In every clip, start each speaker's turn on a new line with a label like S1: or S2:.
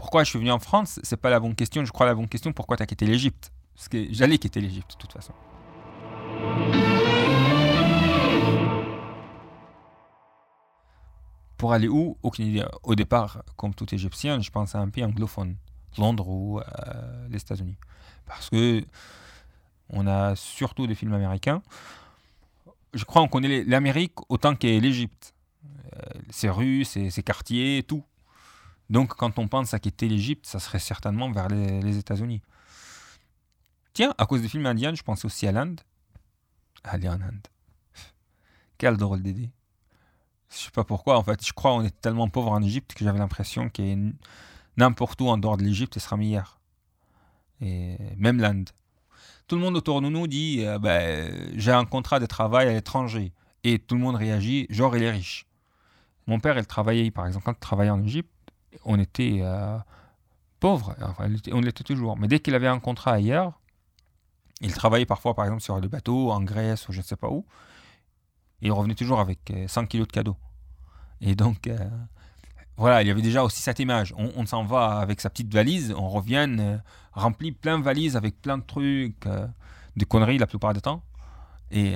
S1: pourquoi je suis venu en France, c'est pas la bonne question. Je crois la bonne question, pourquoi tu as quitté l'Égypte? Parce que j'allais quitter l'Égypte, de toute façon. Pour aller où? Aucune idée. Au départ, comme tout Égyptien, je pensais à un pays anglophone, Londres ou les États-Unis. Parce que on a surtout des films américains. Je crois qu'on connaît l'Amérique autant que l'Égypte. Ses rues, ses quartiers, tout. Donc quand on pense à quitter l'Égypte, ça serait certainement vers les États-Unis. Tiens, à cause des films indiens, je pensais aussi à l'Inde. Aller en Inde. Quelle drôle d'idée. Je sais pas pourquoi, en fait, je crois qu'on est tellement pauvre en Égypte que j'avais l'impression que n'importe où en dehors de l'Égypte, ce sera meilleur. Et même l'Inde. Tout le monde autour de nous dit j'ai un contrat de travail à l'étranger. Et tout le monde réagit, genre il est riche. Mon père, il travaillait, par exemple, quand il travaillait en Égypte, on était pauvres, enfin, on l'était toujours. Mais dès qu'il avait un contrat ailleurs, il travaillait parfois, par exemple, sur des bateaux, en Grèce ou je ne sais pas où, et il revenait toujours avec 100 kilos de cadeaux. Et donc, voilà, il y avait déjà aussi cette image. On s'en va avec sa petite valise, on revient rempli plein de valises avec plein de trucs, de conneries la plupart du temps. Et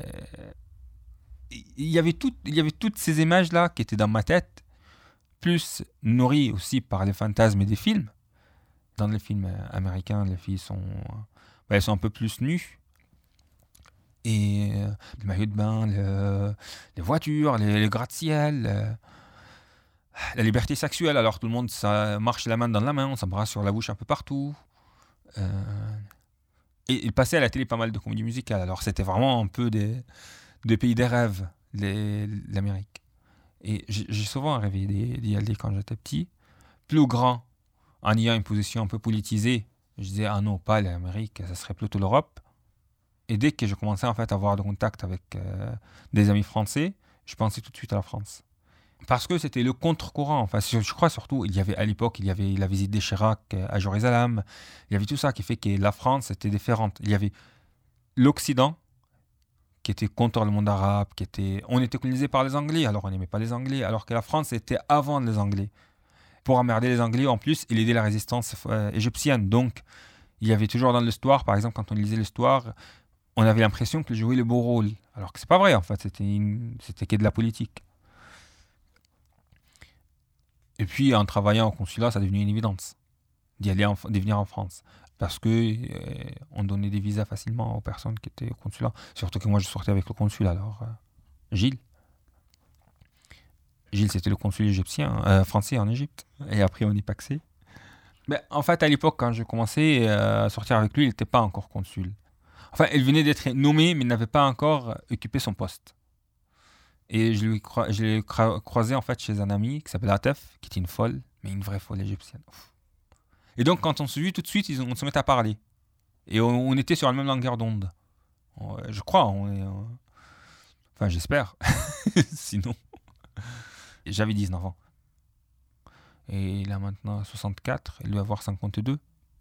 S1: il y avait toutes ces images-là qui étaient dans ma tête, plus nourries aussi par les fantasmes des films. Dans les films américains, les filles elles sont un peu plus nues. Et le maillot de bain, les voitures, les gratte-ciel, la liberté sexuelle. Alors tout le monde ça marche la main dans la main, on s'embrasse sur la bouche un peu partout. Et il passait à la télé pas mal de comédies musicales. Alors c'était vraiment un peu des pays des rêves, l'Amérique. Et j'ai souvent rêvé d'y aller quand j'étais petit. Plus grand, en ayant une position un peu politisée, je disais, ah non, pas l'Amérique, ça serait plutôt l'Europe. Et dès que je commençais en fait à avoir de contact avec des amis français, je pensais tout de suite à la France. Parce que c'était le contre-courant. Enfin, je crois surtout, à l'époque, il y avait la visite des Chirac à Jérusalem. Il y avait tout ça qui fait que la France était différente. Il y avait l'Occident qui était contre le monde arabe, on était colonisé par les Anglais, alors on n'aimait pas les Anglais, alors que la France était avant les Anglais. Pour emmerder les Anglais, en plus, il aidait la résistance égyptienne. Donc, il y avait toujours dans l'histoire, par exemple, quand on lisait l'histoire, on avait l'impression qu'il jouait le beau rôle. Alors que c'est pas vrai, en fait, c'était que de la politique. Et puis, en travaillant au consulat, ça devenait une évidence d'y aller, de venir en France. Parce que on donnait des visas facilement aux personnes qui étaient au consulat. Surtout que moi, je sortais avec le consul, alors Gilles, c'était le consul égyptien, français en Égypte. Et après, on y paxait. Mais en fait, à l'époque, quand je commençais à sortir avec lui, il n'était pas encore consul. Enfin, il venait d'être nommé, mais il n'avait pas encore occupé son poste. Et je l'ai croisé en fait chez un ami qui s'appelle Atef, qui était une folle, mais une vraie folle égyptienne. Ouf. Et donc, quand on se vit tout de suite, on se met à parler. Et on était sur la même longueur d'onde. Je crois. Enfin, j'espère. Sinon, j'avais 19 ans. Et il a maintenant 64. Il doit avoir 52.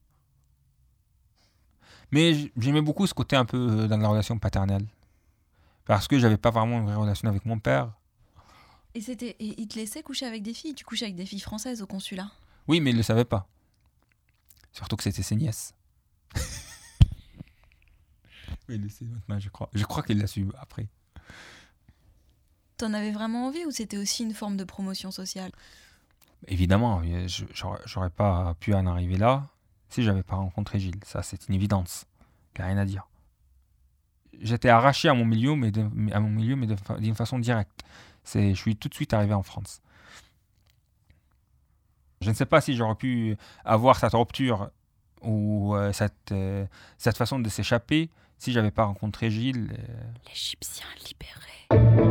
S1: Mais j'aimais beaucoup ce côté un peu dans la relation paternelle. Parce que j'avais pas vraiment une vraie relation avec mon père.
S2: Et il te laissait coucher avec des filles? Tu couchais avec des filles françaises au consulat?
S1: Oui, mais il le savait pas. Surtout que c'était ses nièces. Oui, il le sait maintenant, je crois. Je crois qu'il l'a su après.
S2: T'en avais vraiment envie ou c'était aussi une forme de promotion sociale?
S1: Évidemment, j'aurais pas pu en arriver là si j'avais pas rencontré Gilles. Ça, c'est une évidence. Il n'y a rien à dire. J'étais arraché à mon milieu, mais d'une façon directe. Je suis tout de suite arrivé en France. Je ne sais pas si j'aurais pu avoir cette rupture ou cette façon de s'échapper si j'avais pas rencontré Gilles.
S2: L'Égyptien libéré.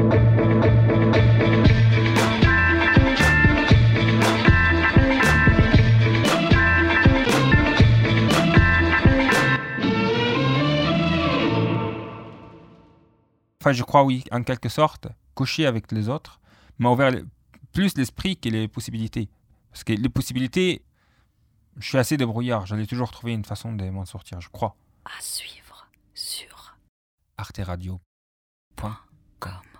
S1: Enfin, je crois, oui, en quelque sorte, coucher avec les autres m'a ouvert plus l'esprit que les possibilités. Parce que les possibilités, je suis assez débrouillard. J'allais toujours trouver une façon de m'en sortir, je crois.
S2: À suivre sur
S1: arteradio.com